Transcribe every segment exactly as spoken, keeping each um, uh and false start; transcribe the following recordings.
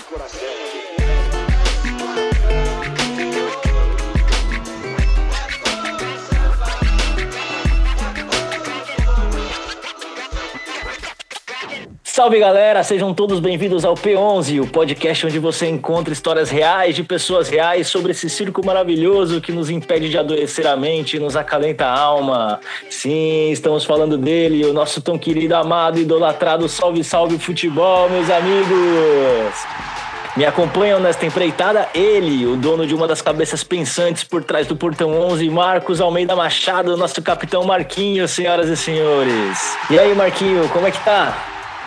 Salve galera, sejam todos bem-vindos ao P onze, o podcast onde você encontra histórias reais de pessoas reais sobre esse circo maravilhoso que nos impede de adoecer a mente e nos acalenta a alma. Sim, estamos falando dele, o nosso tão querido, amado, idolatrado Salve Salve Futebol, meus amigos! Me acompanham nesta empreitada ele, o dono de uma das cabeças pensantes por trás do Portão onze, Marcos Almeida Machado, nosso capitão Marquinho, senhoras e senhores. E aí, Marquinho, como é que tá?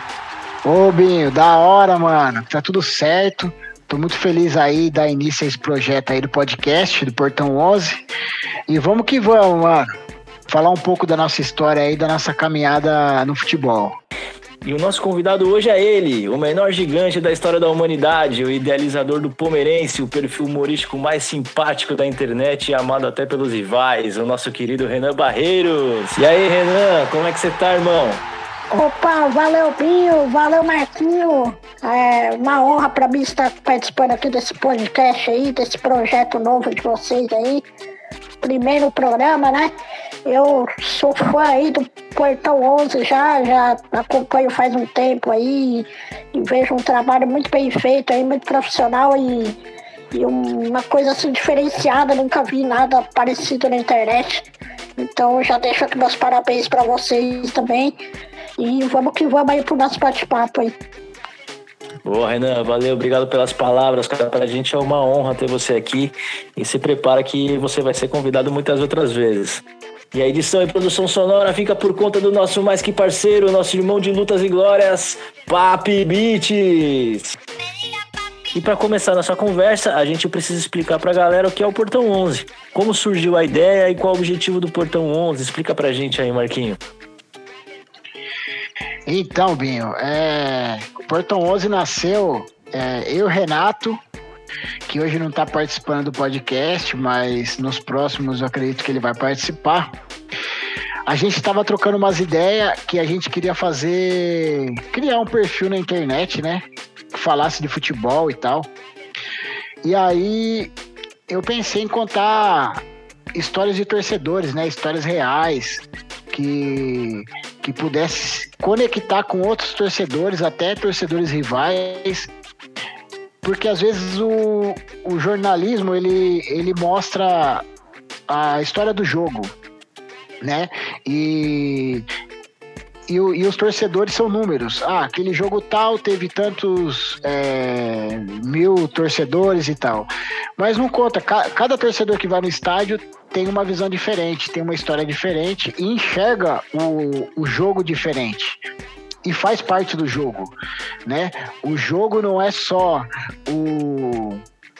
Ô, Binho, da hora, mano. Tá tudo certo. Tô muito feliz aí de dar início a esse projeto aí do podcast do Portão onze. E vamos que vamos, mano. Falar um pouco da nossa história aí, da nossa caminhada no futebol. E o nosso convidado hoje é ele, o menor gigante da história da humanidade, o idealizador do Pomerense, o perfil humorístico mais simpático da internet e amado até pelos rivais, o nosso querido Renan Barreiros. E aí, Renan, como é que você tá, irmão? Opa, valeu Binho, valeu Marquinho, é uma honra pra mim estar participando aqui desse podcast aí, desse projeto novo de vocês aí, primeiro programa, né? Eu sou fã aí do Portão onze já, já acompanho faz um tempo aí e vejo um trabalho muito bem feito aí, muito profissional e, e uma coisa assim diferenciada, nunca vi nada parecido na internet, então já deixo aqui meus parabéns pra vocês também. E vamos que vamos aí pro nosso bate-papo aí. Boa, Renan, valeu, obrigado pelas palavras, cara. Pra gente é uma honra ter você aqui e se prepara que você vai ser convidado muitas outras vezes. E a edição e produção sonora fica por conta do nosso mais que parceiro, nosso irmão de lutas e glórias, Papi Beats. E para começar nossa conversa, a gente precisa explicar pra galera o que é o Portão onze. Como surgiu a ideia e qual o objetivo do Portão onze? Explica pra gente aí, Marquinho. Então, Binho, é, o Portão onze nasceu, é, eu e o Renato, que hoje não está participando do podcast, mas nos próximos eu acredito que ele vai participar. A gente estava trocando umas ideias que a gente queria fazer, criar um perfil na internet, né? Que falasse de futebol e tal. E aí eu pensei em contar histórias de torcedores, né? Histórias reais, que... que pudesse conectar com outros torcedores, até torcedores rivais, porque às vezes o, o jornalismo ele, ele mostra a história do jogo, né? E, e, e os torcedores são números. Ah, aquele jogo tal teve tantos é, mil torcedores e tal. Mas não conta, cada torcedor que vai no estádio tem uma visão diferente, tem uma história diferente e enxerga o, o jogo diferente e faz parte do jogo, né? O jogo não é só o,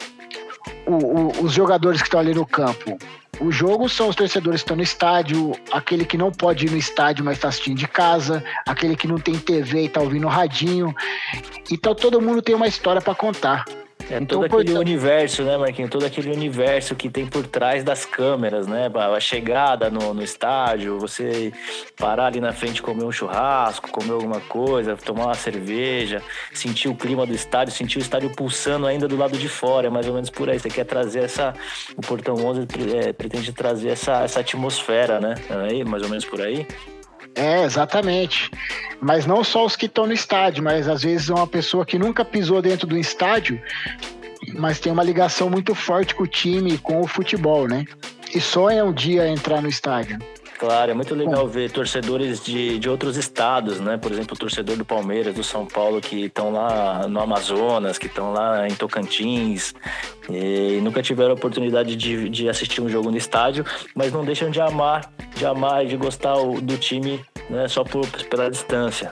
o, o, os jogadores que estão ali no campo. O jogo são os torcedores que estão no estádio, aquele que não pode ir no estádio, mas está assistindo de casa, aquele que não tem T V e está ouvindo radinho. Então todo mundo tem uma história para contar. É então, todo aquele portanto... universo, né, Marquinhos? Todo aquele universo que tem por trás das câmeras, né? A chegada no, no estádio, você parar ali na frente, comer um churrasco, comer alguma coisa, tomar uma cerveja, sentir o clima do estádio, sentir o estádio pulsando ainda do lado de fora, é mais ou menos por aí. Você quer trazer essa... O Portão onze é, pretende trazer essa, essa atmosfera, né? Aí, mais ou menos por aí. É, exatamente. Mas não só os que estão no estádio, mas às vezes uma pessoa que nunca pisou dentro do estádio, mas tem uma ligação muito forte com o time, com o futebol, né? E sonha um dia entrar no estádio. Claro, é muito legal Bom. ver torcedores de, de outros estados, né? Por exemplo, o torcedor do Palmeiras, do São Paulo, que estão lá no Amazonas, que estão lá em Tocantins e nunca tiveram a oportunidade de, de assistir um jogo no estádio, mas não deixam de amar, de amar e de gostar do time, né? Só por, pela distância.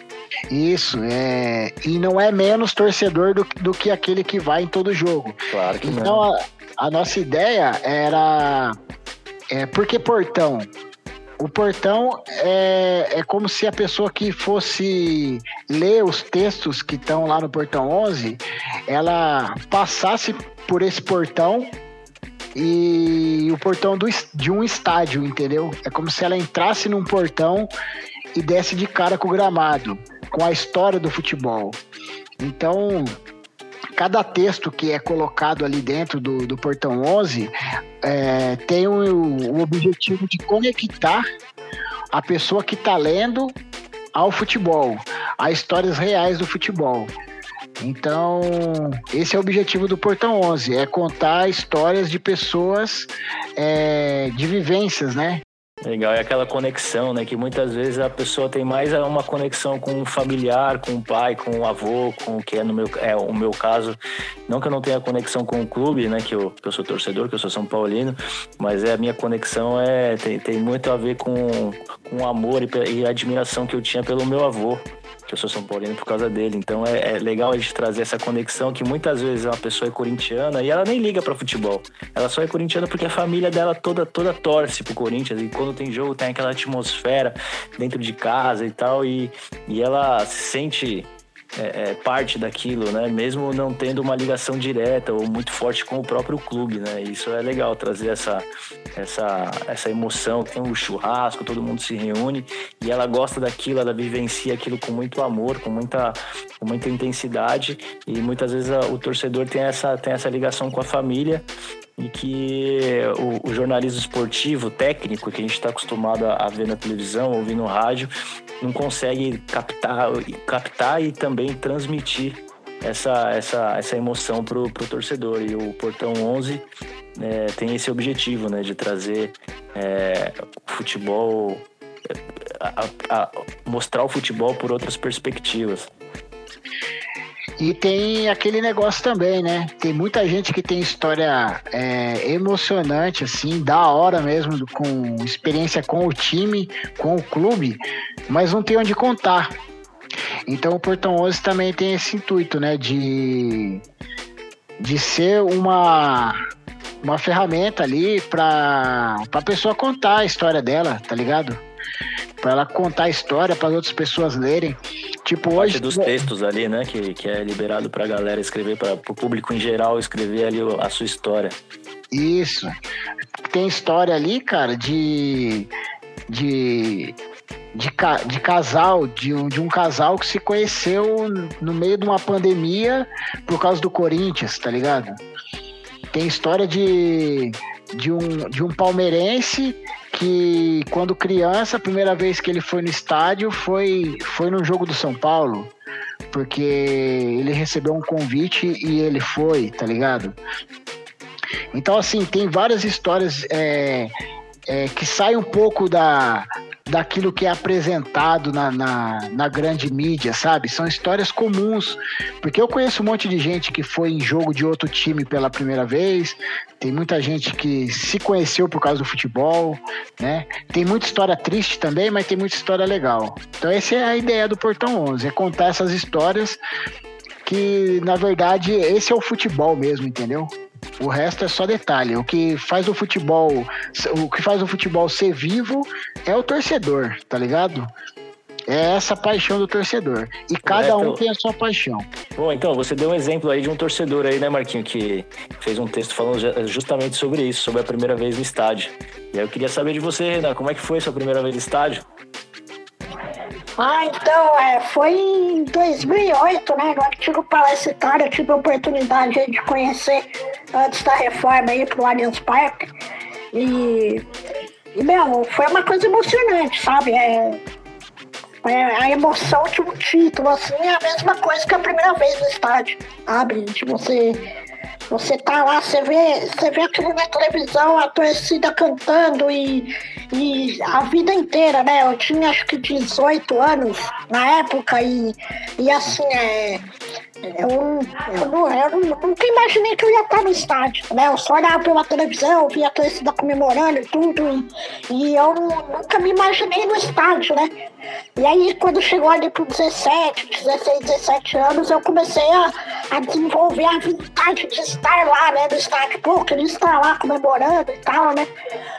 Isso, é... e não é menos torcedor do, do que aquele que vai em todo jogo. Claro que então, não. Então, a, a nossa ideia era... É, por que Portão? O Portão é, é como se a pessoa que fosse ler os textos que estão lá no Portão onze, ela passasse por esse portão e o portão do, de um estádio, entendeu? É como se ela entrasse num portão e desse de cara com o gramado, com a história do futebol. Então, cada texto que é colocado ali dentro do, do Portão onze é, tem o, o objetivo de conectar a pessoa que está lendo ao futebol, a histórias reais do futebol. Então, esse é o objetivo do Portão onze, é contar histórias de pessoas, é, de vivências, né? Legal, é aquela conexão, né? Que muitas vezes a pessoa tem mais uma conexão com o familiar, com o pai, com o avô, com o que é, no meu, é o meu caso. Não que eu não tenha conexão com o clube, né? Que eu, que eu sou torcedor, que eu sou São Paulino, mas é, a minha conexão é, tem, tem muito a ver com, com o amor e, e a admiração que eu tinha pelo meu avô, que eu sou São Paulino por causa dele. Então é, é legal a gente trazer essa conexão, que muitas vezes uma pessoa é corintiana e ela nem liga pra futebol. Ela só é corintiana porque a família dela toda, toda torce pro Corinthians, e quando tem jogo tem aquela atmosfera dentro de casa e tal, e, e ela se sente é, é, parte daquilo, né? Mesmo não tendo uma ligação direta ou muito forte com o próprio clube, né? Isso é legal, trazer essa, essa, essa emoção. Tem um churrasco, todo mundo se reúne e ela gosta daquilo, ela vivencia aquilo com muito amor, com muita, com muita intensidade, e muitas vezes a, o torcedor tem essa, tem essa ligação com a família, e que o, o jornalismo esportivo, técnico, que a gente está acostumado a, a ver na televisão, ouvir no rádio, não consegue captar, captar e também transmitir essa, essa, essa emoção para o torcedor. E o Portão onze é, tem esse objetivo, né, de trazer é, o futebol, a, a, a mostrar o futebol por outras perspectivas. E tem aquele negócio também, né? Tem muita gente que tem história é, emocionante, assim, da hora mesmo, com experiência com o time, com o clube, mas não tem onde contar. Então o Portão onze também tem esse intuito, né? De, de ser uma, uma ferramenta ali para a pessoa contar a história dela, tá ligado? Para ela contar a história para as outras pessoas lerem. Tipo, parte hoje dos textos ali, né, que, que é liberado pra galera escrever, para o público em geral escrever ali a sua história. Isso. Tem história ali, cara, de de de, de casal, de um, de um casal que se conheceu no meio de uma pandemia por causa do Corinthians, tá ligado? Tem história de de um, de um palmeirense que, quando criança, a primeira vez que ele foi no estádio foi, foi no jogo do São Paulo, porque ele recebeu um convite e ele foi, tá ligado? Então, assim, tem várias histórias é, é, que saem um pouco da, daquilo que é apresentado na, na, na grande mídia, sabe? São histórias comuns, porque eu conheço um monte de gente que foi em jogo de outro time pela primeira vez, tem muita gente que se conheceu por causa do futebol, né? Tem muita história triste também, mas tem muita história legal. Então essa é a ideia do Portão onze, é contar essas histórias que, na verdade, esse é o futebol mesmo, entendeu? O resto é só detalhe. O que faz o futebol, o que faz o futebol ser vivo é o torcedor, tá ligado? É essa paixão do torcedor. E cada um tem a sua paixão. Bom, então, você deu um exemplo aí de um torcedor aí, né, Marquinho, que fez um texto falando justamente sobre isso, sobre a primeira vez no estádio. E aí eu queria saber de você, Renan, como é que foi a sua primeira vez no estádio? Ah, então, é, foi em dois mil e oito, né, no antigo Palácio Itália, eu tive a oportunidade de conhecer, antes da reforma, aí pro Allianz Parque, e, e, meu, foi uma coisa emocionante, sabe, é, é, a emoção de um título, assim, é a mesma coisa que a primeira vez no estádio, sabe, de você... Você tá lá, você vê, você vê aquilo na televisão, a torcida cantando e, e a vida inteira, né? Eu tinha acho que dezoito anos na época e, e assim, é, eu, eu, não, eu nunca imaginei que eu ia estar no estádio, né? Eu só olhava pela televisão, via a torcida comemorando e tudo, e, e eu nunca me imaginei no estádio, né? E aí, quando chegou ali com dezessete, dezesseis, dezessete anos, eu comecei a, a desenvolver a vontade de estar lá, né, no estádio. Pô, eu queria estar lá comemorando e tal, né?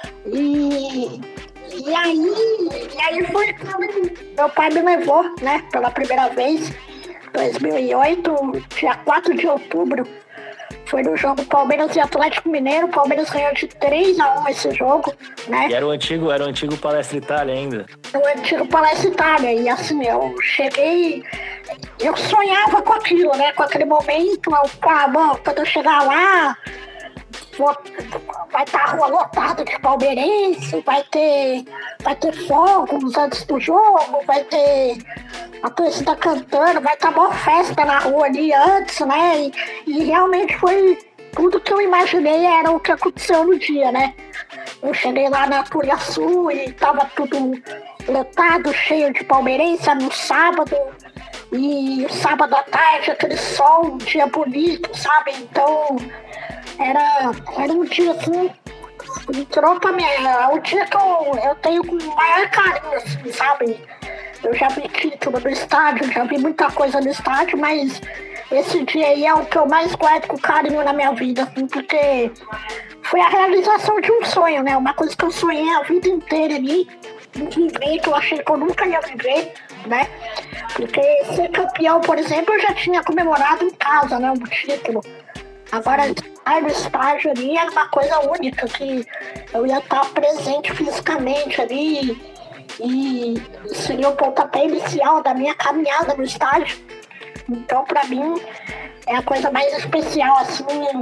E, e, aí, e aí foi quando meu pai me levou, né, pela primeira vez, em dois mil e oito, dia quatro de outubro. Foi no jogo Palmeiras e Atlético Mineiro. O Palmeiras ganhou de três a um esse jogo, né? E era o antigo, era o antigo Palestra Itália ainda. O antigo Palestra Itália. E assim, eu cheguei... eu sonhava com aquilo, né? Com aquele momento, eu, ah, bom, quando eu chegar lá, vou, vai estar a rua lotada de palmeirense, vai ter, vai ter fogos antes do jogo, vai ter a torcida cantando, vai estar uma festa na rua ali antes, né? E, e realmente foi tudo que eu imaginei, era o que aconteceu no dia, né? Eu cheguei lá na Turiaçu e tava tudo lotado, cheio de palmeirense no sábado. E o sábado à tarde, aquele sol, um dia bonito, sabe? Então, era, era um dia assim, entrou pra minha. É o dia que eu, eu tenho com o maior carinho, assim, sabe? Eu já vi título no estádio, já vi muita coisa no estádio, mas esse dia aí é o que eu mais guardo com carinho na minha vida, assim, porque foi a realização de um sonho, né? Uma coisa que eu sonhei a vida inteira ali, viver, que eu achei que eu nunca ia viver, né? Porque ser campeão, por exemplo, eu já tinha comemorado em casa, né? O título. Agora, estar no estádio ali era uma coisa única, que eu ia estar presente fisicamente ali e seria o pontapé inicial da minha caminhada no estádio. Então, pra mim, é a coisa mais especial, assim,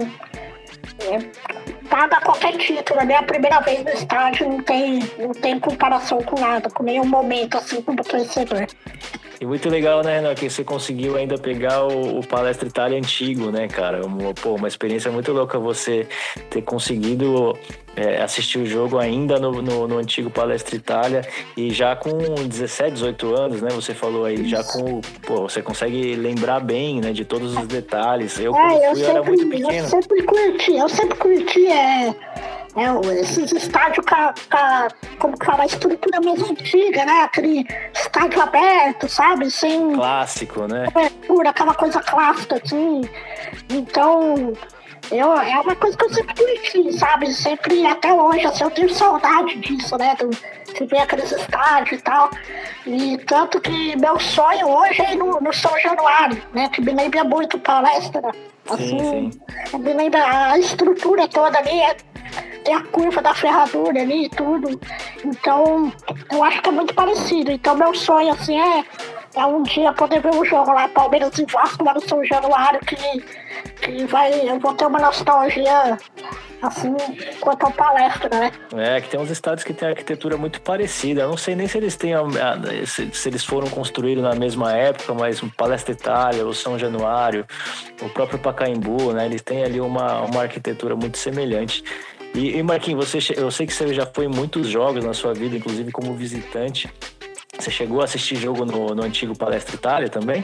é, paga qualquer título, né? A primeira vez no estádio não tem, não tem comparação com nada, com nenhum momento, assim, como torcedor. E muito legal, né, Renan, que você conseguiu ainda pegar o, o Palestra Itália antigo, né, cara? Uma, pô, uma experiência muito louca você ter conseguido é, assistir o jogo ainda no, no, no antigo Palestra Itália e já com dezessete, dezoito anos, né? Você falou aí, já com... Pô, você consegue lembrar bem, né, de todos os detalhes. Eu, quando é, eu fui, sempre, eu era muito pequeno. Eu sempre curti, eu sempre curti, é... É, esses estádios com a, com a, como que fala, a estrutura mais antiga, né? Aquele estádio aberto, sabe? Sem clássico, né? Cobertura, aquela coisa clássica, assim. Então, eu, é uma coisa que eu sempre curti, sabe? Sempre, até hoje, assim, eu tenho saudade disso, né? Do, de ver aqueles estádios e tal. E tanto que meu sonho hoje é ir no, no São Januário, né? Que me lembra muito Palestra. Assim, sim, sim. Me lembra a estrutura toda ali, é, tem a curva da ferradura ali e tudo. Então, eu acho que é muito parecido. Então, meu sonho, assim, é, é um dia poder ver um jogo lá, Palmeiras e Vasco, lá no São Januário, que, que vai, eu vou ter uma nostalgia, assim, quanto ao Palestra, né? É, que tem uns estádios que tem arquitetura muito parecida. Eu não sei nem se eles têm, se, se eles foram construídos na mesma época, mas o Palestra Itália, o São Januário, o próprio Pacaembu, né? Eles têm ali uma, uma arquitetura muito semelhante. E, e Marquinhos, você, eu sei que você já foi em muitos jogos na sua vida, inclusive como visitante. Você chegou a assistir jogo no, no antigo Palestra Itália também?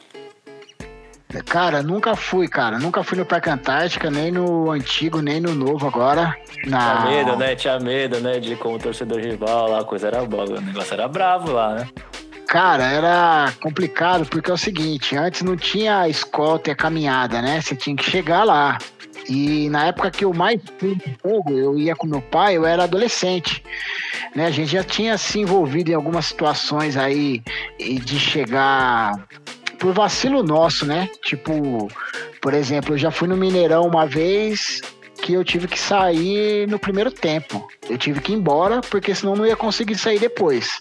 Cara, nunca fui, cara. Nunca fui no Parque Antártica, nem no antigo, nem no novo agora. Na... Tinha medo, né? Tinha medo, né? De como torcedor rival lá, a coisa era boa. O negócio era bravo lá, né? Cara, era complicado, porque é o seguinte, antes não tinha a escolta e a caminhada, né? Você tinha que chegar lá. E na época que eu mais fui no jogo, eu ia com meu pai, eu era adolescente, né? A gente já tinha se envolvido em algumas situações aí de chegar por vacilo nosso, né? Tipo, por exemplo, eu já fui no Mineirão uma vez que eu tive que sair no primeiro tempo. Eu tive que ir embora, porque senão não ia conseguir sair depois.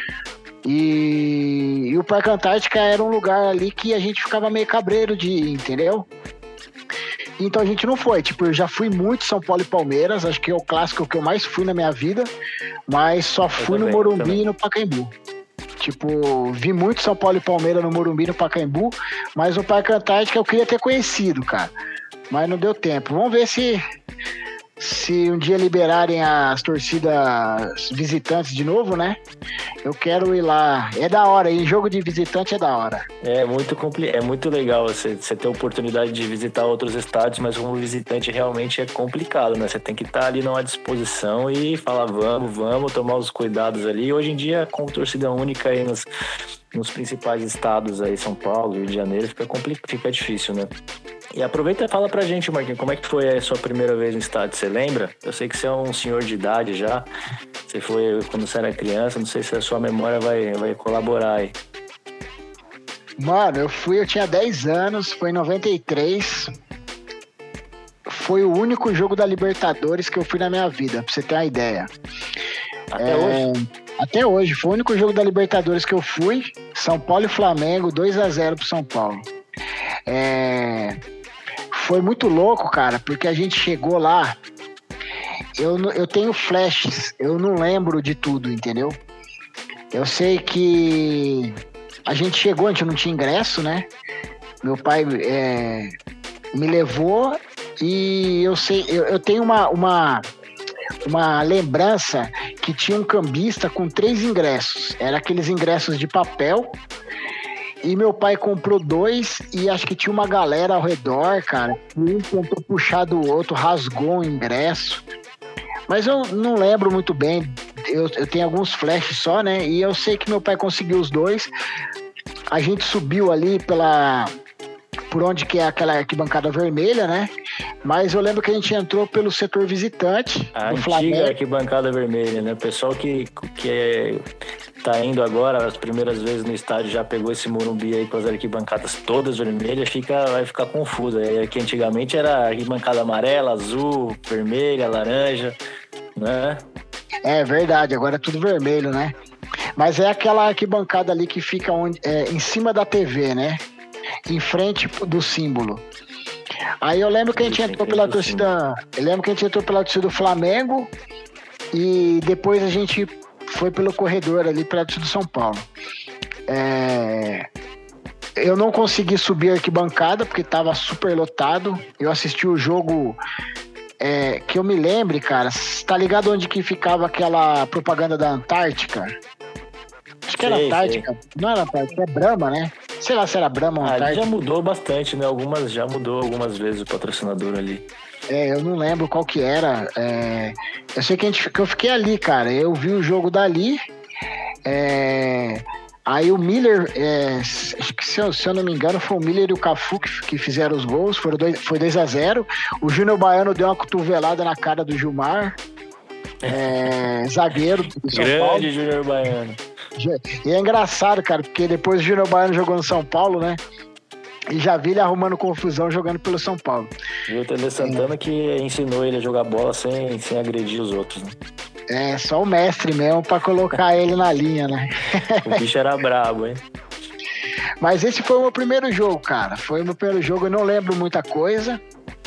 E, e o Parque Antártica era um lugar ali que a gente ficava meio cabreiro de ir, entendeu? Então a gente não foi, tipo, eu já fui muito São Paulo e Palmeiras, acho que é o clássico que eu mais fui na minha vida, mas só fui também, no Morumbi e no Pacaembu. Tipo, vi muito São Paulo e Palmeiras no Morumbi e no Pacaembu, mas o Parque Antártica eu queria ter conhecido, cara, mas não deu tempo. Vamos ver se, se um dia liberarem as torcidas visitantes de novo, né? Eu quero ir lá. É da hora, e jogo de visitante é da hora. É muito, compli- é muito legal você, você ter a oportunidade de visitar outros estádios, mas como visitante realmente é complicado, né? Você tem que estar ali numa disposição e falar vamos, vamos, tomar os cuidados ali. Hoje em dia, com torcida única aí nos, nos principais estados aí, São Paulo, Rio de Janeiro, fica, compli- fica difícil, né? E aproveita e fala pra gente, Marquinhos, como é que foi a sua primeira vez no estádio? Você lembra? Eu sei que você é um senhor de idade já. Você foi quando você era criança, não sei se a sua memória vai, vai colaborar aí. Mano, eu fui, eu tinha dez anos, foi em noventa e três. Foi o único jogo da Libertadores que eu fui na minha vida, pra você ter uma ideia. Até é, hoje? Até hoje, foi o único jogo da Libertadores que eu fui. São Paulo e Flamengo, dois a zero pro São Paulo. É... Foi muito louco, cara, porque a gente chegou lá, eu, eu tenho flashes, eu não lembro de tudo, entendeu? Eu sei que a gente chegou, a gente não tinha ingresso, né? Meu pai é, me levou e eu sei, eu, eu tenho uma, uma, uma lembrança que tinha um cambista com três ingressos. Era aqueles ingressos de papel. E meu pai comprou dois e acho que tinha uma galera ao redor, cara. Um tentou puxar do outro, rasgou o ingresso. Mas eu não lembro muito bem. Eu, eu tenho alguns flashes só, né? E eu sei que meu pai conseguiu os dois. A gente subiu ali pela... por onde que é aquela arquibancada vermelha, né? Mas eu lembro que a gente entrou pelo setor visitante. A do antiga Flamengo. arquibancada vermelha, né? O pessoal que, que é, tá indo agora, as primeiras vezes no estádio, já pegou esse Morumbi aí com as arquibancadas todas vermelhas, fica, vai ficar confuso. É que antigamente era arquibancada amarela, azul, vermelha, laranja, né? É verdade, agora é tudo vermelho, né? Mas é aquela arquibancada ali que fica onde, é, em cima da T V, né? Em frente do símbolo. Aí eu lembro que a gente entrou pela torcida. Eu lembro que a gente entrou pela torcida do Flamengo e depois a gente foi pelo corredor ali pela torcida do São Paulo. É... Eu não consegui subir a arquibancada porque estava super lotado. Eu assisti o jogo. É... Que eu me lembre, cara. Tá ligado onde que ficava aquela propaganda da Antártica? Acho que era Sei, Antártica. sei. Não era Antártica, é Brahma, né? Sei lá se era Brahma ou Ah, Antártica. já mudou bastante, né? Algumas, já mudou algumas vezes o patrocinador ali. É, eu não lembro qual que era. É, eu sei que, a gente, que eu fiquei ali, cara. Eu vi o jogo dali. É, aí o Miller, é, acho que se eu, se eu não me engano, foi o Miller e o Cafu que, que fizeram os gols. Foram dois, foi dois a zero. O Júnior Baiano deu uma cotovelada na cara do Gilmar. É, zagueiro do São Grande Paulo. Júnior Baiano. E é engraçado, cara, porque depois o Júnior Baiano jogou no São Paulo, né? E já vi ele arrumando confusão jogando pelo São Paulo. E o Tele Santana que ensinou ele a jogar bola sem, sem agredir os outros, né? É, só o mestre mesmo pra colocar ele na linha, né? O bicho era brabo, hein? Mas esse foi o meu primeiro jogo, cara. Foi o meu primeiro jogo, eu não lembro muita coisa.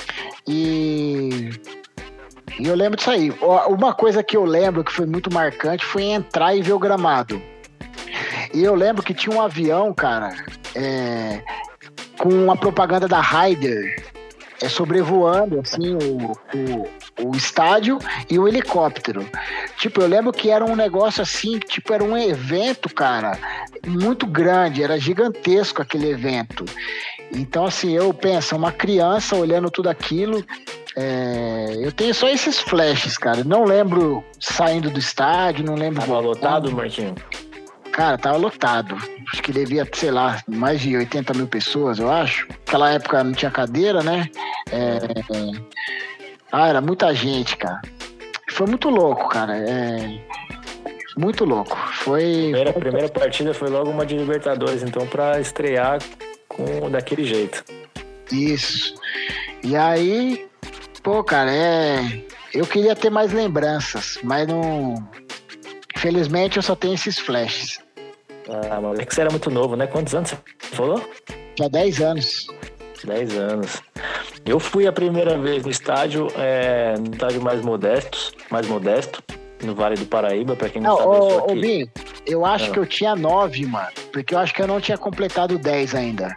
E... E eu lembro disso aí. Uma coisa que eu lembro que foi muito marcante foi entrar e ver o gramado. E eu lembro que tinha um avião, cara, é, com uma propaganda da Ryder é, sobrevoando assim, o, o, o estádio e o helicóptero. Tipo, eu lembro que era um negócio assim, tipo, era um evento, cara, muito grande, era gigantesco aquele evento. Então, assim, eu penso, uma criança olhando tudo aquilo... É, eu tenho só esses flashes, cara. Não lembro saindo do estádio, não lembro... Tava lotado, Marquinhos? Cara, tava lotado. Acho que devia, sei lá, mais de oitenta mil pessoas, eu acho. Naquela época não tinha cadeira, né? É... Ah, era muita gente, cara. Foi muito louco, cara. É... Muito louco. Foi... A primeira partida foi logo uma de Libertadores, então, pra estrear com daquele jeito. Isso. E aí... Pô, cara, é... Eu queria ter mais lembranças, mas não... Infelizmente eu só tenho esses flashes. Ah, mas é que você era muito novo, né? Quantos anos você falou? Tinha dez anos. dez anos. Eu fui a primeira vez no estádio, é, no estádio mais modesto, mais modesto, no Vale do Paraíba, pra quem não, não sabe, ô, eu sou aqui. Ô, Bim, eu acho ah. que eu tinha nove, mano, porque eu acho que eu não tinha completado dez ainda.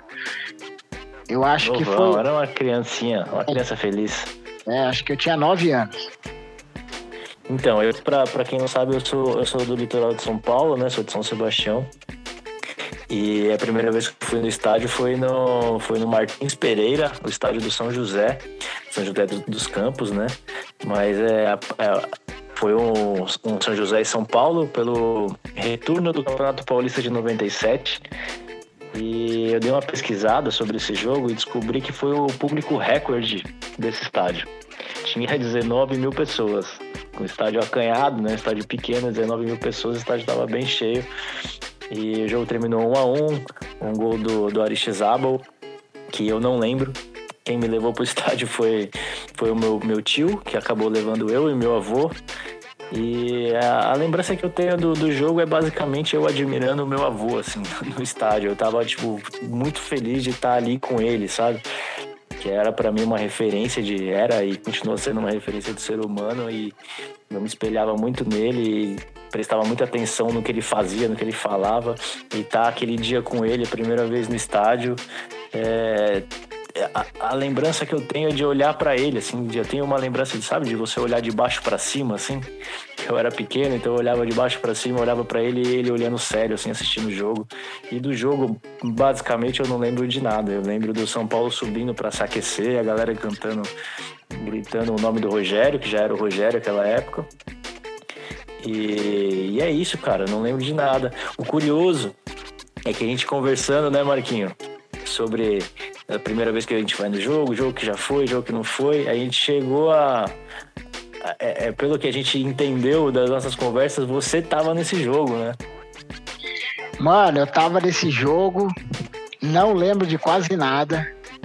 Eu acho Novão, que foi... Era uma criancinha, uma criança feliz. É, acho que eu tinha nove anos. Então, eu, pra, pra quem não sabe, eu sou, eu sou do litoral de São Paulo, né? Sou de São Sebastião. E a primeira vez que fui no estádio foi no, foi no Martins Pereira, o estádio do São José, São José dos Campos, né? Mas é, é, foi um, um São José e São Paulo pelo retorno do Campeonato Paulista de noventa e sete. E eu dei uma pesquisada sobre esse jogo e descobri que foi o público recorde desse estádio. Tinha dezenove mil pessoas. Um estádio acanhado, né? Estádio pequeno, dezenove mil pessoas, o estádio estava bem cheio. E o jogo terminou um a um, um gol do, do Aristizábal, que eu não lembro. Quem me levou pro estádio foi, foi o meu, meu tio, que acabou levando eu e meu avô. E a, a lembrança que eu tenho do, do jogo é basicamente eu admirando o meu avô, assim, no estádio. Eu tava, tipo, muito feliz de estar ali com ele, sabe? Que era pra mim uma referência de... Era e continua sendo uma referência do ser humano, e eu me espelhava muito nele e prestava muita atenção no que ele fazia, no que ele falava. E tá aquele dia com ele, a primeira vez no estádio, é... A, a lembrança que eu tenho é de olhar pra ele, assim, eu tenho uma lembrança de, sabe, de você olhar de baixo pra cima, assim. Eu era pequeno, então eu olhava de baixo pra cima, olhava pra ele e ele olhando sério, assim, assistindo o jogo. E do jogo, basicamente, eu não lembro de nada. Eu lembro do São Paulo subindo pra se aquecer, a galera cantando, gritando o nome do Rogério, que já era o Rogério naquela época. E, e é isso, cara, eu não lembro de nada. O curioso é que a gente conversando, né, Marquinho, sobre a primeira vez que a gente vai no jogo, jogo que já foi, jogo que não foi, a gente chegou a... a é, é, pelo que a gente entendeu das nossas conversas, você tava nesse jogo, né? Mano, eu tava nesse jogo, não lembro de quase nada.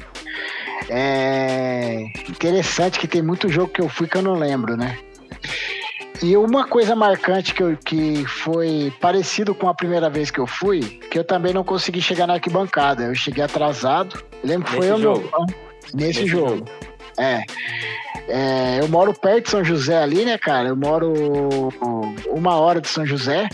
É interessante que tem muito jogo que eu fui que eu não lembro, né? E uma coisa marcante que, eu, que foi parecido com a primeira vez que eu fui, que eu também não consegui chegar na arquibancada. Eu cheguei atrasado. Lembro que foi eu jogo. No, nesse, nesse jogo. jogo. É. é. Eu moro perto de São José ali, né, cara? Eu moro uma hora de São José.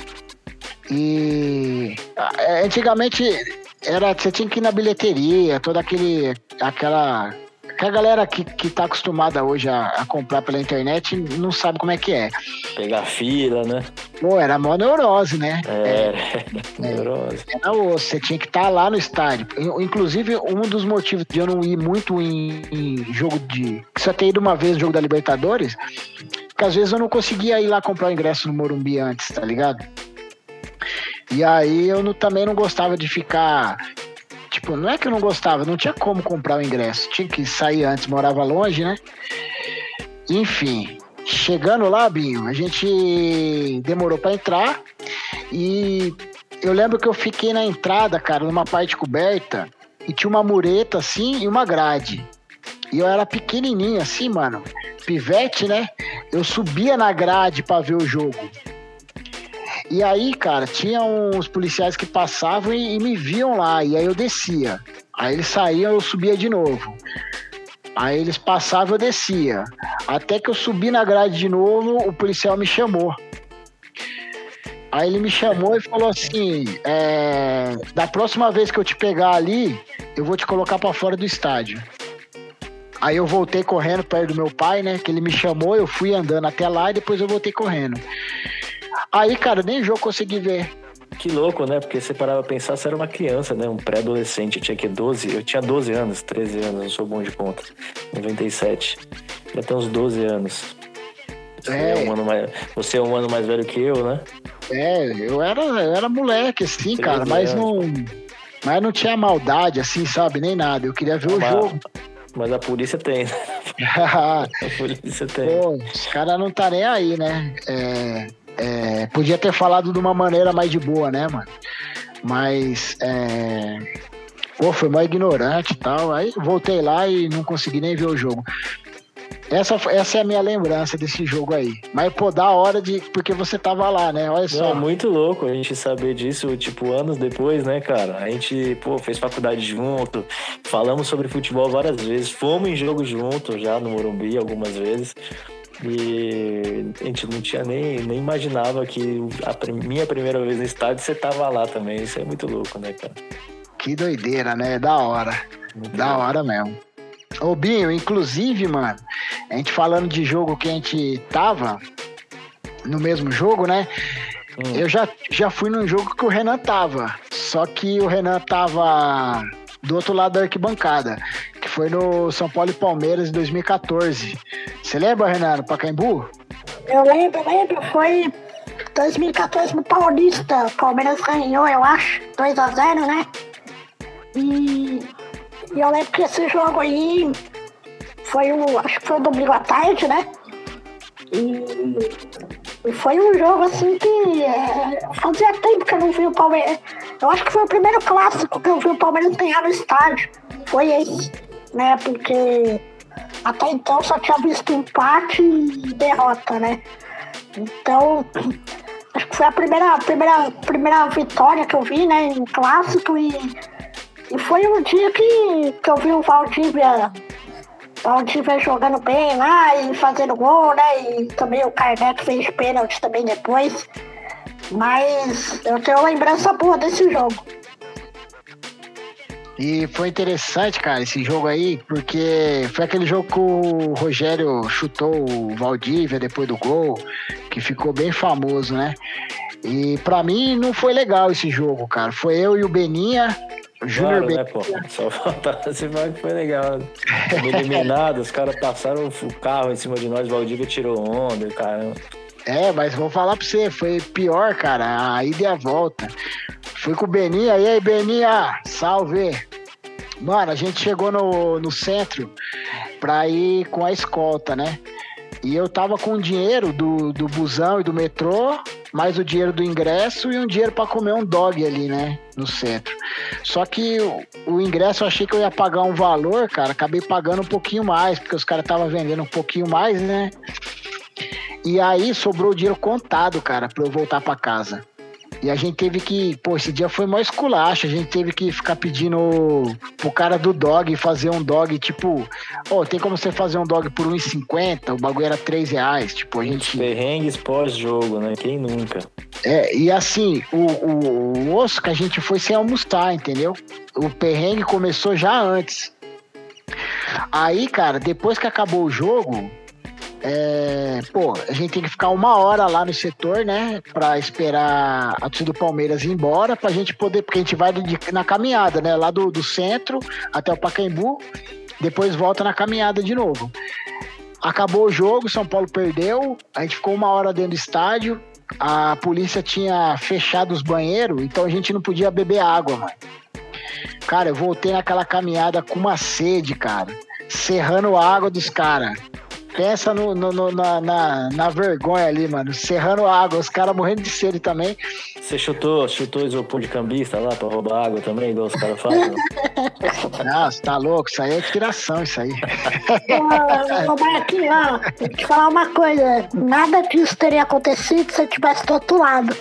E antigamente era, você tinha que ir na bilheteria, toda aquele, aquela... que a galera que, que tá acostumada hoje a, a comprar pela internet não sabe como é que é. Pegar fila, né? Pô, era mó neurose, né? É, é neurose. Era osso, você tinha que estar tá lá no estádio. Inclusive, um dos motivos de eu não ir muito em, em jogo de... Só ter ido uma vez no jogo da Libertadores, porque às vezes eu não conseguia ir lá comprar o ingresso no Morumbi antes, tá ligado? E aí eu não, também não gostava de ficar... Tipo, não é que eu não gostava, não tinha como comprar o ingresso. Tinha que sair antes, morava longe, né? Enfim, chegando lá, Binho, a gente demorou pra entrar. E eu lembro que eu fiquei na entrada, cara, numa parte coberta. E tinha uma mureta, assim, e uma grade. E eu era pequenininho, assim, mano. Pivete, né? Eu subia na grade pra ver o jogo. E aí, cara, tinha uns policiais que passavam e, e me viam lá, e aí eu descia. Aí eles saíam, eu subia de novo. Aí eles passavam, eu descia. Até que eu subi na grade de novo, o policial me chamou. Aí ele me chamou e falou assim, é, da próxima vez que eu te pegar ali, eu vou te colocar pra fora do estádio. Aí eu voltei correndo perto do meu pai, né, que ele me chamou, eu fui andando até lá e depois eu voltei correndo. Aí, cara, nem jogo consegui ver. Que louco, né? Porque você parava pra pensar, você era uma criança, né? Um pré-adolescente. Eu tinha que doze, eu tinha doze anos, treze anos, não sou bom de conta. noventa e sete. Já tem uns doze anos. Você é, é um ano mais, você é um ano mais velho que eu, né? É, eu era, eu era moleque, assim, cara, mas anos, não, mas não tinha maldade, assim, sabe? Nem nada. Eu queria ver mas, o jogo. Mas a polícia tem, né? A polícia tem. Pô, os caras não tá nem aí, né? É... É, podia ter falado de uma maneira mais de boa, né, mano? Mas, é... Pô, foi mais ignorante e tal. Aí voltei lá e não consegui nem ver o jogo. Essa, essa é a minha lembrança desse jogo aí. Mas, pô, da hora de... Porque você tava lá, né? Olha só. É muito louco a gente saber disso, tipo, anos depois, né, cara? A gente, pô, fez faculdade junto, falamos sobre futebol várias vezes, fomos em jogo junto já no Morumbi algumas vezes. E a gente não tinha nem, nem imaginava que a minha primeira vez no estádio você tava lá também. Isso é muito louco, né, cara? Que doideira, né? Da hora. Muito da bom. Hora mesmo. Ô, Binho, inclusive, mano, a gente falando de jogo que a gente tava no mesmo jogo, né? Hum. Eu já, já fui num jogo que o Renan tava. Só que o Renan tava do outro lado da arquibancada, que foi no São Paulo e Palmeiras em dois mil e catorze. Você lembra, Renan, no Pacaembu? Eu lembro, lembro. Foi dois mil e catorze no Paulista. O Palmeiras ganhou, eu acho, dois a zero, né? E, e eu lembro que esse jogo aí foi o... Acho que foi o domingo à tarde, né? E, e foi um jogo assim que é, fazia tempo que eu não vi o Palmeiras. Eu acho que foi o primeiro clássico que eu vi o Palmeiras ganhar no estádio. Foi esse, né? Porque até então só tinha visto empate e derrota, né? Então, acho que foi a primeira, primeira, primeira vitória que eu vi, né, em clássico, e, e foi um dia que, que eu vi o Valdívia, Valdívia jogando bem lá e fazendo gol, né, e também o Kardec fez pênalti também depois, mas eu tenho uma lembrança boa desse jogo. E foi interessante, cara, esse jogo aí, porque foi aquele jogo que o Rogério chutou o Valdívia depois do gol, que ficou bem famoso, né? E pra mim não foi legal esse jogo, cara. Foi eu e o Beninha, o Júnior Claro, né, Beninha. pô? Só faltava você falar que foi legal. Eliminado, os caras passaram o carro em cima de nós, o Valdívia tirou onda, caramba. É, mas vou falar pra você, foi pior, cara, a ida e a volta. Fui com o Beninha, e aí, Beninha, salve! Mano, a gente chegou no, no centro pra ir com a escolta, né? E eu tava com o dinheiro do, do busão e do metrô, mais o dinheiro do ingresso e um dinheiro pra comer um dog ali, né? No centro. Só que o, o ingresso eu achei que eu ia pagar um valor, cara, acabei pagando um pouquinho mais, porque os caras estavam vendendo um pouquinho mais, né? E aí sobrou o dinheiro contado, cara, pra eu voltar pra casa. E a gente teve que... Pô, esse dia foi mó esculacho. A gente teve que ficar pedindo pro cara do dog fazer um dog, tipo... Ó, oh, tem como você fazer um dog por um real e cinquenta? O bagulho era três reais. Tipo, a gente... Perrengues pós-jogo, né? Quem nunca? É, e assim, o, o, o osso que a gente foi sem almoçar, entendeu? O perrengue começou já antes. Aí, cara, depois que acabou o jogo... É, pô, a gente tem que ficar uma hora lá no setor, né, pra esperar a torcida do Palmeiras ir embora, pra gente poder, porque a gente vai de, na caminhada, né, lá do, do centro até o Pacaembu, depois volta na caminhada de novo. Acabou o jogo, São Paulo perdeu, a gente ficou uma hora dentro do estádio, a polícia tinha fechado os banheiros, então a gente não podia beber água, mano. Cara, eu voltei naquela caminhada com uma sede, cara, serrando a água dos caras. Pensa no, no, no, na, na, na vergonha ali, mano. Serrando água, os caras morrendo de sede também. Você chutou, chutou isopor de cambista lá pra roubar água também, igual os caras fazem? Nossa, tá louco? Isso aí é tiração, isso aí. Ô, Marquinhos, ó, vou te falar uma coisa. Nada disso teria acontecido se eu tivesse do outro lado.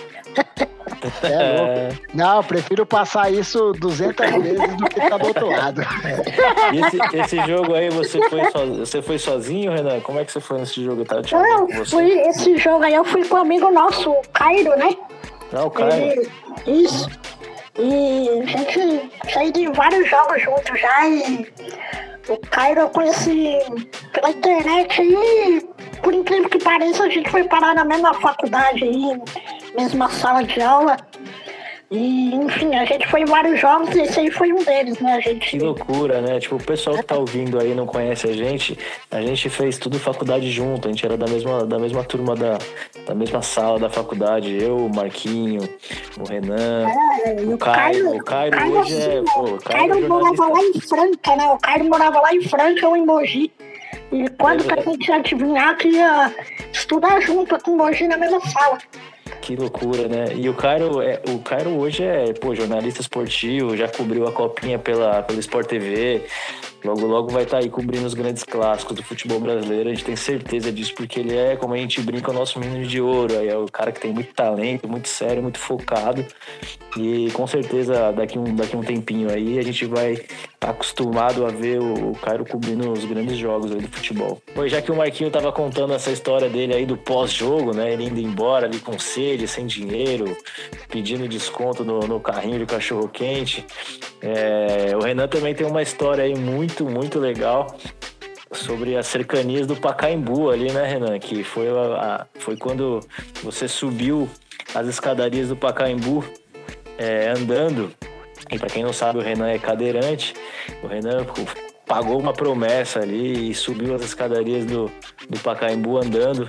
É louco. Não, eu prefiro passar isso duzentas vezes do que estar do outro lado. E esse, esse jogo aí, você foi, so, você foi sozinho, Renan? Como é que você foi nesse jogo? Tá Não, eu fui, esse jogo aí eu fui com um amigo nosso, o Cairo, né? Não, o Cairo. Ele, isso. E a gente saiu de vários jogos juntos já, e o Cairo eu conheci pela internet e, por incrível que pareça, a gente foi parar na mesma faculdade aí, mesma sala de aula. E, enfim, a gente foi em vários jogos e esse aí foi um deles, né? A gente... Que loucura, né? Tipo, o pessoal que tá ouvindo aí não conhece a gente, a gente fez tudo faculdade junto, a gente era da mesma, da mesma turma, da, da mesma sala da faculdade, eu, o Marquinho, o Renan, é, o, o Cairo. O Cairo, Cairo hoje assim, é... Pô, o Cairo, Cairo é morava lá em Franca, né? O Cairo morava lá em Franca, ou em Mogi. E quando é que a gente ia adivinhar que ia estudar junto com o Mogi na mesma sala? Que loucura, né? E o Cairo, é, o Cairo hoje é, pô, jornalista esportivo, já cobriu a Copinha pela, pela Sport T V, logo logo vai estar aí cobrindo os grandes clássicos do futebol brasileiro, a gente tem certeza disso, porque ele é, como a gente brinca, o nosso menino de ouro, aí é o cara que tem muito talento, muito sério, muito focado, e com certeza daqui um, daqui um tempinho aí a gente vai estar acostumado a ver o, o Cairo cobrindo os grandes jogos aí do futebol. Pois já que o Marquinho tava contando essa história dele aí do pós-jogo, né, ele indo embora ali com sede, sem dinheiro, pedindo desconto no, no carrinho de cachorro-quente, é, o Renan também tem uma história aí muito, muito legal sobre as cercanias do Pacaembu ali, né, Renan? Que foi, a, a, foi quando você subiu as escadarias do Pacaembu é, andando. E para quem não sabe, o Renan é cadeirante. O Renan pagou uma promessa ali e subiu as escadarias do, do Pacaembu andando.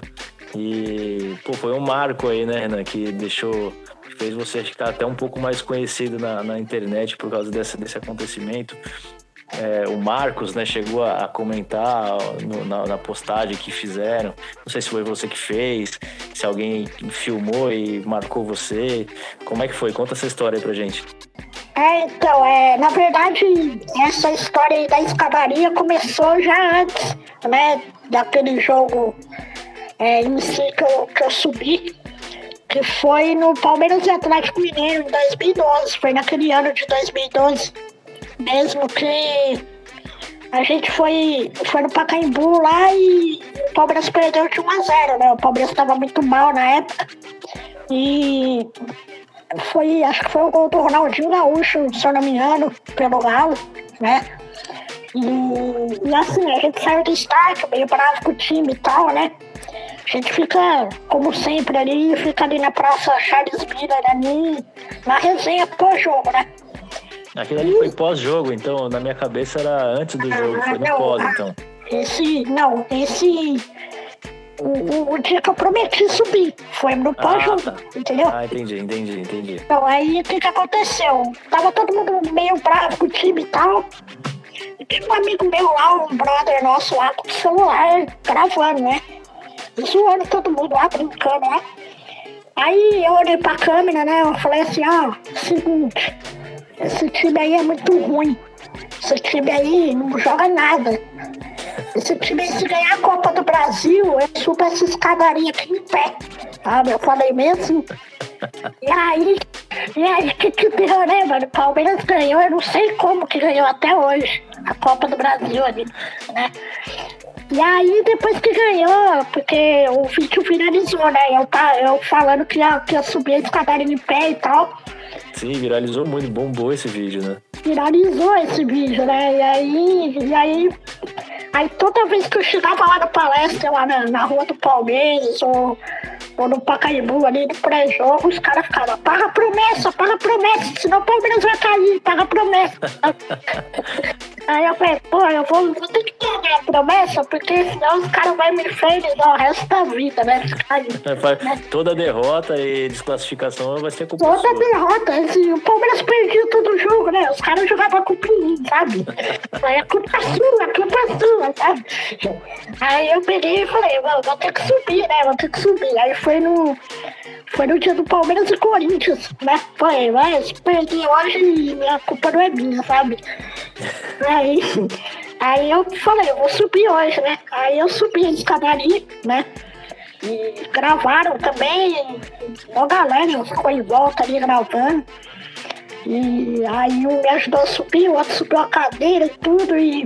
E pô, foi um marco aí, né, Renan? Que deixou... fez você ficar até um pouco mais conhecido na, na internet por causa desse, desse acontecimento. É, o Marcos, né, chegou a, a comentar no, na, na postagem que fizeram. Não sei se foi você que fez, se alguém filmou e marcou você. Como é que foi? Conta essa história aí pra gente. É, então, é, na verdade, essa história aí da escadaria começou já antes, né, daquele jogo é, em si que eu, que eu subi, que foi no Palmeiras e Atlético Mineiro em dois mil e doze. Foi naquele ano de dois mil e doze mesmo que a gente foi, foi no Pacaembu lá e o Palmeiras perdeu de um a zero, né? O Palmeiras estava muito mal na época. E foi, acho que foi o gol do Ronaldinho Gaúcho, se eu não me engano, pelo Galo, né? E, e assim, a gente saiu do estádio meio bravo com o time e tal, né? A gente fica, como sempre, ali, fica ali na Praça Charles Miller, ali, na resenha pós-jogo, né? Aquilo ali e... foi pós-jogo, então na minha cabeça era antes do jogo, ah, foi no não, pós, então. Esse, não, esse... O, o dia que eu prometi subir, foi no pós-jogo, ah, tá. Entendeu? Ah, entendi, entendi, entendi. Então, aí o que que aconteceu? Tava todo mundo meio bravo com o time e tal. E tem um amigo meu lá, um brother nosso lá, com o celular, gravando, né? Zoando todo mundo lá, brincando, né? Aí eu olhei pra câmera, né? Eu falei assim, ó, oh, seguinte, esse time aí é muito ruim. Esse time aí não joga nada. Esse time aí, se ganhar a Copa do Brasil, eu subo essa escadaria aqui em pé. Sabe? Eu falei mesmo. E aí, e aí, que que deu, né, mano? O Palmeiras ganhou, eu não sei como que ganhou até hoje a Copa do Brasil ali, né? E aí, depois que ganhou, porque o vídeo viralizou, né? Eu, tá, eu falando que ia, que ia subir a escadaria em pé e tal. Sim, viralizou muito, bombou esse vídeo, né? Viralizou esse vídeo, né? E aí, e aí, aí toda vez que eu chegava lá na palestra, lá na, na rua do Palmeiras, ou, ou no Pacaembu, ali no pré-jogo, os caras ficavam, paga promessa, paga promessa, senão o Palmeiras vai cair, paga promessa. Aí eu falei, pô, eu vou, vou ter que pagar a promessa, porque senão os caras vão me infernizar o resto da vida, né? Aí, é, né? Toda derrota e desclassificação vai ser culpa Toda sua. derrota, assim, o Palmeiras perdia todo o jogo, né? Os caras jogavam com o Pinho, sabe? Aí é culpa sua, é culpa sua, sabe? Aí eu peguei e falei, mano, vou ter que subir, né? Vou ter que subir. Aí foi no... Foi no dia do Palmeiras e Corinthians, né? Foi, mas perdi hoje e a culpa não é minha, sabe? Aí, aí eu falei, eu vou subir hoje, né? Aí eu subi a escadaria, né? E gravaram também, uma galera ficou em volta ali gravando. E aí um me ajudou a subir, o outro subiu a cadeira e tudo. E,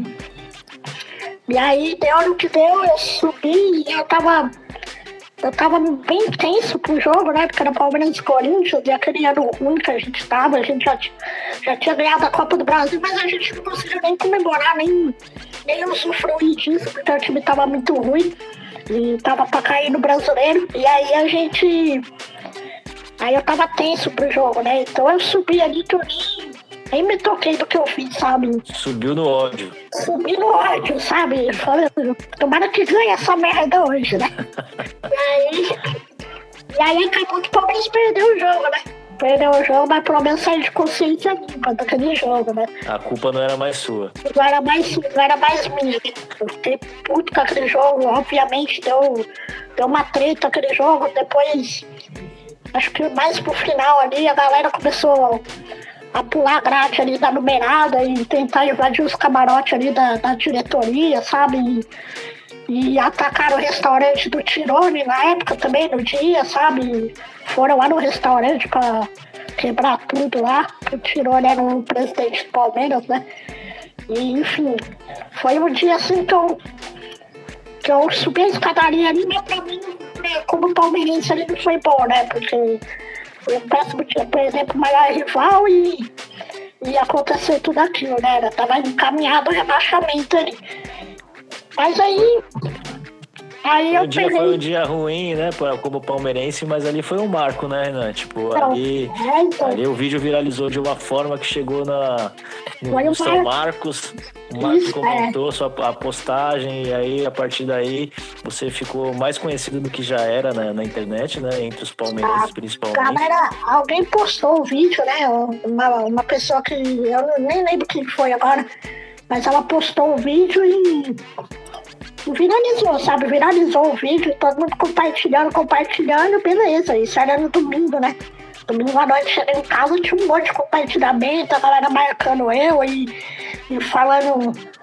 e aí deu no que deu, eu subi e eu tava... Eu tava bem tenso pro jogo, né? Porque era Palmeiras e Corinthians, e aquele ano ruim que a gente tava, a gente já, já tinha ganhado a Copa do Brasil, mas a gente não conseguiu nem comemorar, nem, nem usufruir disso, porque o time tava muito ruim e tava pra cair no Brasileiro. E aí a gente... Aí eu tava tenso pro jogo, né? Então eu subi ali que eu nem, nem me toquei do que eu fiz, sabe? Subiu no ódio. Subi no ódio, sabe? Falei, tomara que ganhe essa merda hoje, né? E aí, e aí acabou que o Palmeiras perdeu o jogo, né? Perdeu o jogo, mas pelo menos saiu de consciência limpa daquele jogo, né? A culpa não era mais sua. Não era mais, não era mais minha, né? Eu fiquei puto com aquele jogo, obviamente deu, deu uma treta aquele jogo, depois, acho que mais pro final ali, a galera começou a pular a grade ali da numerada e tentar invadir os camarotes ali da, da diretoria, sabe? E, e atacaram o restaurante do Tirone na época também, no dia, sabe? Foram lá no restaurante pra quebrar tudo lá. O Tirone era o presidente do Palmeiras, né? E, enfim, foi um dia assim que eu, que eu subi a escadaria ali, mas pra mim, né, como palmeirense ali não foi bom, né? Porque foi um péssimo dia, por exemplo, o maior rival e ia acontecer tudo aquilo, né? Era, tava encaminhado o rebaixamento ali. Mas aí... aí o eu dia peguei... foi um dia ruim, né, como palmeirense, mas ali foi um marco, né, Renan? Tipo, Não, ali, é, então. ali o vídeo viralizou de uma forma que chegou na, no, Foi no um São mar... Marcos. O Marcos Isso, comentou é. sua, a postagem, e aí, a partir daí, você ficou mais conhecido do que já era na, na internet, né, entre os palmeirenses, principalmente. Galera, alguém postou o vídeo, né, uma, uma pessoa que eu nem lembro quem foi agora, mas ela postou o vídeo e viralizou, sabe? Viralizou o vídeo, todo mundo compartilhando, compartilhando, beleza. Isso era no domingo, né? Domingo à noite, cheguei em casa, tinha um monte de compartilhamento, a galera marcando eu e, e falando,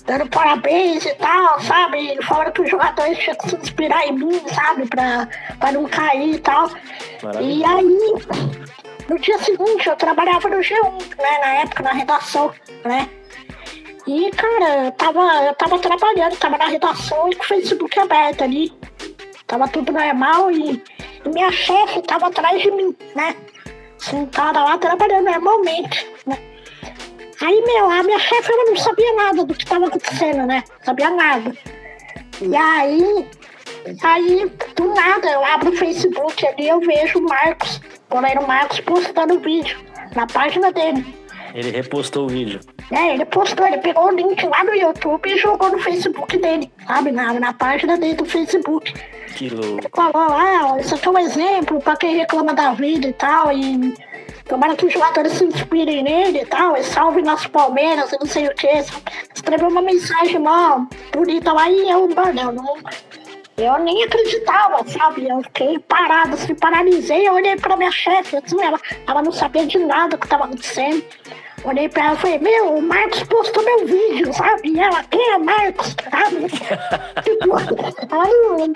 dando parabéns e tal, sabe? Falando que os jogadores tinham que se inspirar em mim, sabe? Pra, pra não cair e tal. E aí, no dia seguinte, eu trabalhava no G um, né? Na época, na redação, né? E, cara, eu tava, eu tava trabalhando, tava na redação e com o Facebook aberto ali. Tava tudo normal e, e minha chefe tava atrás de mim, né? Sentada lá, trabalhando normalmente, né? Aí, meu, a minha chefe, ela não sabia nada do que tava acontecendo, né? Sabia nada. E aí, aí, do nada, eu abro o Facebook ali, eu vejo o Marcos, o goleiro Marcos, postando o vídeo na página dele. Ele repostou o vídeo. É, ele postou, ele pegou o link lá no YouTube e jogou no Facebook dele, sabe? Na, na página dele do Facebook. Que louco. Ele falou, ah, isso aqui é um exemplo pra quem reclama da vida e tal, e tomara que os jogadores se inspirem nele e tal, e salve nosso Palmeiras e não sei o que. Escreveu uma mensagem mó bonita lá e eu, mano, eu não... Eu nem acreditava, sabe? Eu fiquei parado, assim, paralisei, eu olhei pra minha chefe, assim, ela, ela não sabia de nada que tava acontecendo. Olhei pra ela e falei, meu, o Marcos postou meu vídeo, sabe? E ela, quem é Marcos? Sabe? Tipo, aí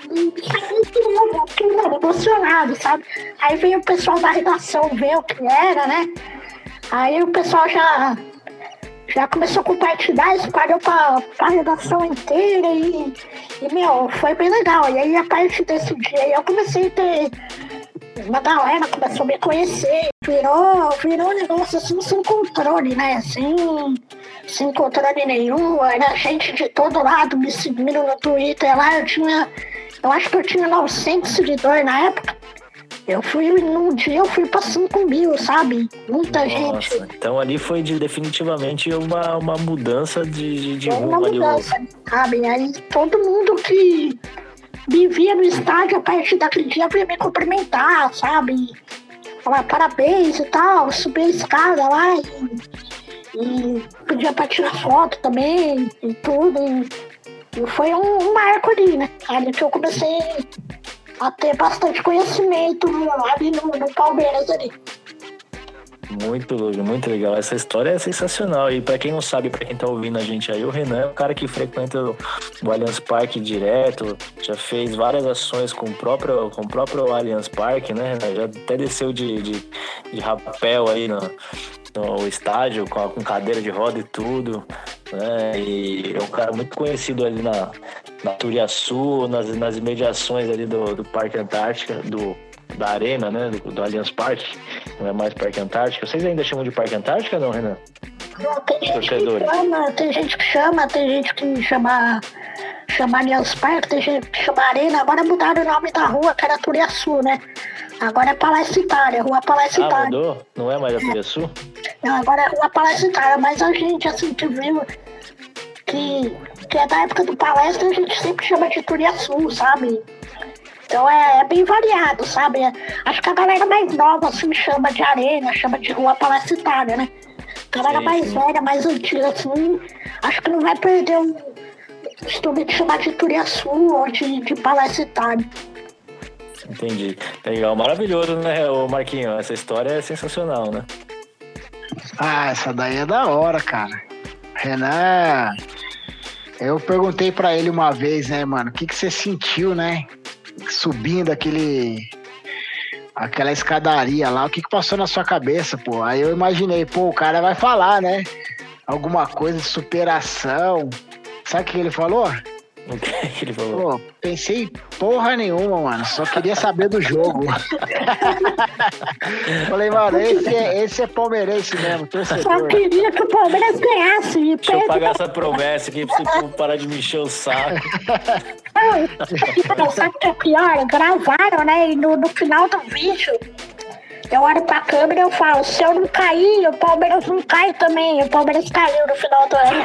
eu fiquei emocionado, sabe? Aí veio o pessoal da redação ver o que era, né? Aí o pessoal já, já começou a compartilhar, espalhou pra, pra redação inteira e, e, meu, foi bem legal. E aí, a partir desse dia, eu comecei a ter... Uma galera começou a me conhecer, virou, virou um negócio assim sem controle, né? Sem, sem controle nenhum. Era gente de todo lado me seguindo no Twitter lá. Eu tinha, eu acho que eu tinha novecentos seguidores na época. Eu fui, num dia eu fui pra cinco mil, sabe? Muita Nossa, gente. Então ali foi de, definitivamente uma, uma mudança de, de, de Foi uma rumo ali. mudança, sabe? Aí todo mundo que me via no estádio a partir daquele dia veio me cumprimentar, sabe? Falar parabéns e tal, subir a escada lá e, e pedia pra tirar foto também e tudo. E, e foi um, um marco ali, né? Ali que eu comecei a ter bastante conhecimento ali no, no Palmeiras ali. Muito, muito legal. Essa história é sensacional. E pra quem não sabe, pra quem tá ouvindo a gente aí, o Renan é um cara que frequenta o, o Allianz Parque direto, já fez várias ações com o próprio, com o próprio Allianz Parque, né? Já até desceu de, de, de rapel aí no, no estádio, com, com cadeira de roda e tudo, né? E é um cara muito conhecido ali na, na Turiaçu, nas, nas imediações ali do, do Parque Antártica, do da Arena, né, do, do Allianz Parque, não é mais Parque Antártica. Vocês ainda chamam de Parque Antártica, não, Renan? Não, tem gente que chama, tem gente que chama, tem gente que chama, chama Allianz Parque, tem gente que chama Arena. Agora mudaram o nome da rua, que era Turiaçu, né? Agora é Palácio Itália, Rua Palácio Itália. Ah, mudou? Não é mais a Turiaçu? Não, agora é Rua Palácio Itália, mas a gente, assim, que viu que, que é da época do Palestra, a gente sempre chama de Turiaçu, sabe? Então é, é bem variado, sabe? Acho que a galera mais nova, assim, chama de Arena, chama de Rua Palácio Itália, né? A galera sim, mais sim. velha, mais antiga, assim, acho que não vai perder o costume de chamar de Turiaçu ou de, de Palácio Itália. Entendi. Legal, maravilhoso, né, ô Marquinho? Essa história é sensacional, né? Ah, essa daí é da hora, cara. Renan, eu perguntei pra ele uma vez, né, mano, o que que você sentiu, né? Subindo aquele aquela escadaria lá, o que que passou na sua cabeça, pô? Aí eu imaginei, pô, o cara vai falar, né? Alguma coisa de superação. Sabe o que ele falou? O que que ele falou? Pô, pensei porra nenhuma, mano. Só queria saber do jogo. Falei, mano, esse é, esse é palmeirense mesmo, torcedor. Só queria que o Palmeiras ganhasse. Deixa eu pagar essa promessa aqui pra você parar de me encher o saco. Não, sabe o que é pior? Gravaram, né? E no, no final do vídeo, eu olho pra câmera e eu falo, se eu não cair, o Palmeiras não cai também. O Palmeiras caiu no final do ano.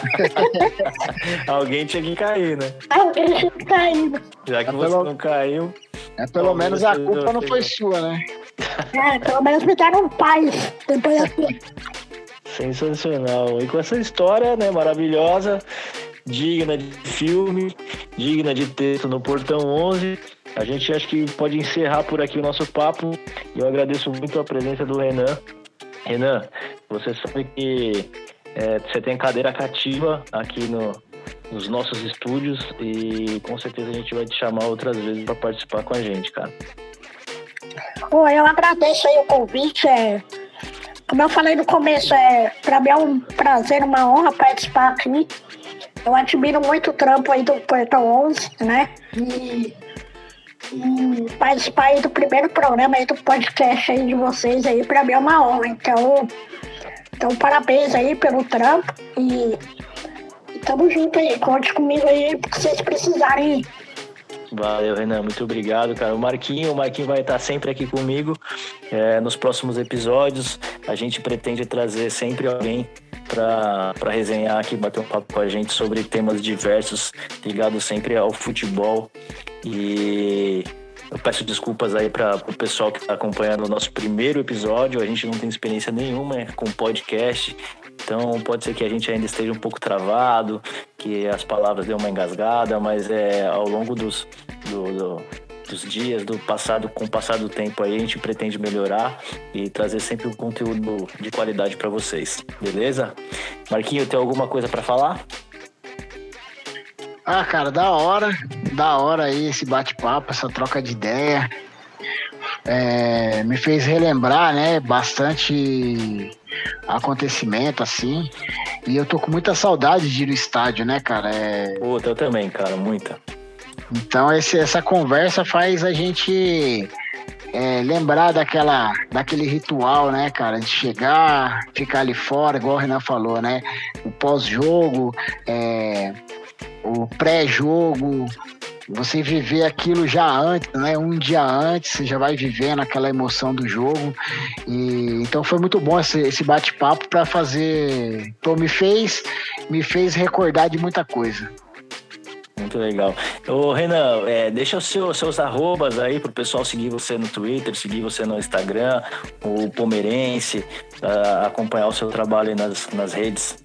Alguém tinha que cair, né? Alguém tinha que cair. Já que é você pelo... não caiu... É, pelo menos a culpa não foi sua, né? É, pelo menos me deram paz depois assim. Sensacional. E com essa história, né, maravilhosa, digna de filme, digna de texto no Portão onze, a gente acho que pode encerrar por aqui o nosso papo. E eu agradeço muito a presença do Renan. Renan, você sabe que É, você tem cadeira cativa aqui no, nos nossos estúdios e com certeza a gente vai te chamar outras vezes para participar com a gente, cara. Pô, eu agradeço aí o convite. É, como eu falei no começo, é, pra mim é um prazer, uma honra participar aqui. Eu admiro muito o trampo aí do Portão onze, né? E, e participar aí do primeiro programa aí do podcast aí de vocês aí, pra mim é uma honra. Então, então parabéns aí pelo trampo e, e tamo junto aí. Conte comigo aí, porque vocês precisarem. Valeu, Renan, muito obrigado, cara. O Marquinho, o Marquinho vai estar sempre aqui comigo é, nos próximos episódios. A gente pretende trazer sempre alguém para resenhar aqui, bater um papo com a gente sobre temas diversos, ligados sempre ao futebol. E eu peço desculpas aí para o pessoal que está acompanhando o nosso primeiro episódio. A gente não tem experiência nenhuma com podcast, então pode ser que a gente ainda esteja um pouco travado, que as palavras dêem uma engasgada, mas é, ao longo dos, do, do, dos dias, do passado, com o passar do tempo aí, a gente pretende melhorar e trazer sempre um conteúdo de qualidade para vocês, beleza? Marquinho, tem alguma coisa para falar? Ah, cara, da hora, da hora aí esse bate-papo, essa troca de ideia. É, me fez relembrar, né, bastante acontecimento, assim. E eu tô com muita saudade de ir no estádio, né, cara? É... Puta, eu também, cara, muita. Então esse, essa conversa faz a gente é, lembrar daquela, daquele ritual, né, cara? De chegar, ficar ali fora, igual o Renan falou, né? O pós-jogo, é, o pré-jogo, você viver aquilo já antes, né? Um dia antes, você já vai vivendo aquela emoção do jogo. E então foi muito bom esse, esse bate-papo para fazer. Pô, me fez, me fez recordar de muita coisa. Muito legal. Ô, Renan, é, deixa os seus, seus arrobas aí pro pessoal seguir você no Twitter, seguir você no Instagram, o Pomerense, uh, acompanhar o seu trabalho aí nas, nas redes.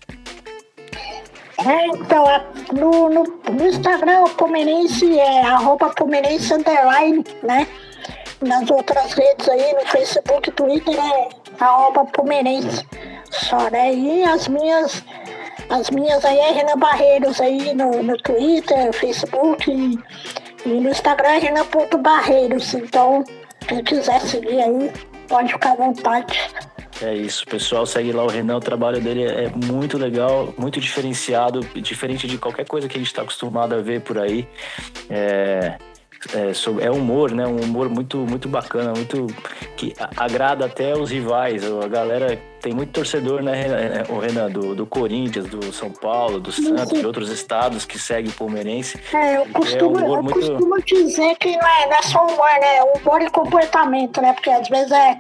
É, então, no, no, no Instagram, o Pomerense é arroba Pomerense underline, né? Nas outras redes aí, no Facebook, Twitter, é arroba Pomerense só, né? E as minhas, as minhas aí é Renan Barreiros aí no, no Twitter, Facebook e, e no Instagram é Renan.barreiros. Então, quem quiser seguir aí, pode ficar à vontade. É isso, pessoal, segue lá o Renan, o trabalho dele é muito legal, muito diferenciado, diferente de qualquer coisa que a gente está acostumado a ver por aí. É, é, sobre, é humor, né? Um humor muito, muito bacana, muito que agrada até os rivais. A galera tem muito torcedor, né, o Renan, do, do Corinthians, do São Paulo, do Santos, de outros estados que segue o Palmeirense. É, eu costumo, é um eu muito... costumo dizer que não é, não é só humor, né? É humor e comportamento, né? Porque às vezes é.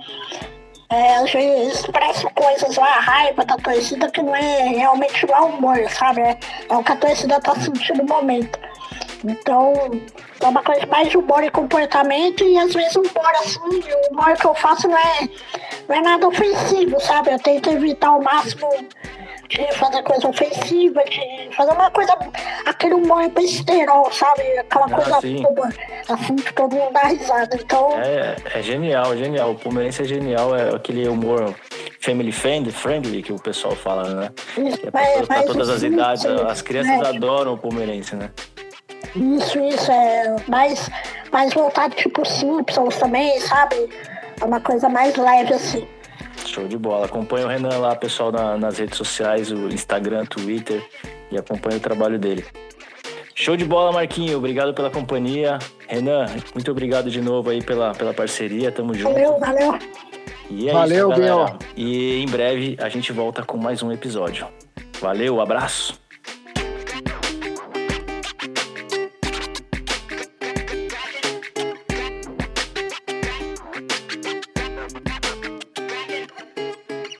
É, às vezes expressam coisas lá, a raiva da torcida que não é realmente lá humor, sabe? É, é o que a torcida tá sentindo no momento. Então, é uma coisa mais de humor e comportamento e às vezes o humor assim, o humor que eu faço não é, não é nada ofensivo, sabe? Eu tento evitar ao máximo de fazer coisa ofensiva, de fazer uma coisa, aquele humor besterol, sabe? Aquela ah, coisa sim. boba, assim que todo mundo dá risada. Então... É, é genial, genial. O Palmeirense é genial, é aquele humor family friendly, friendly que o pessoal fala, né? Isso, é pra, mas, pra mas todas as sim, idades, sim, as crianças né? adoram o Palmeirense, né? Isso, isso, é mais, mais voltado tipo Simpsons também, sabe? É uma coisa mais leve assim. Show de bola. Acompanha o Renan lá, pessoal, na, nas redes sociais, o Instagram, Twitter, e acompanha o trabalho dele. Show de bola, Marquinho. Obrigado pela companhia. Renan, muito obrigado de novo aí pela, pela parceria. Tamo junto. Valeu, valeu. E é valeu, isso, galera. Biel. E em breve a gente volta com mais um episódio. Valeu, abraço.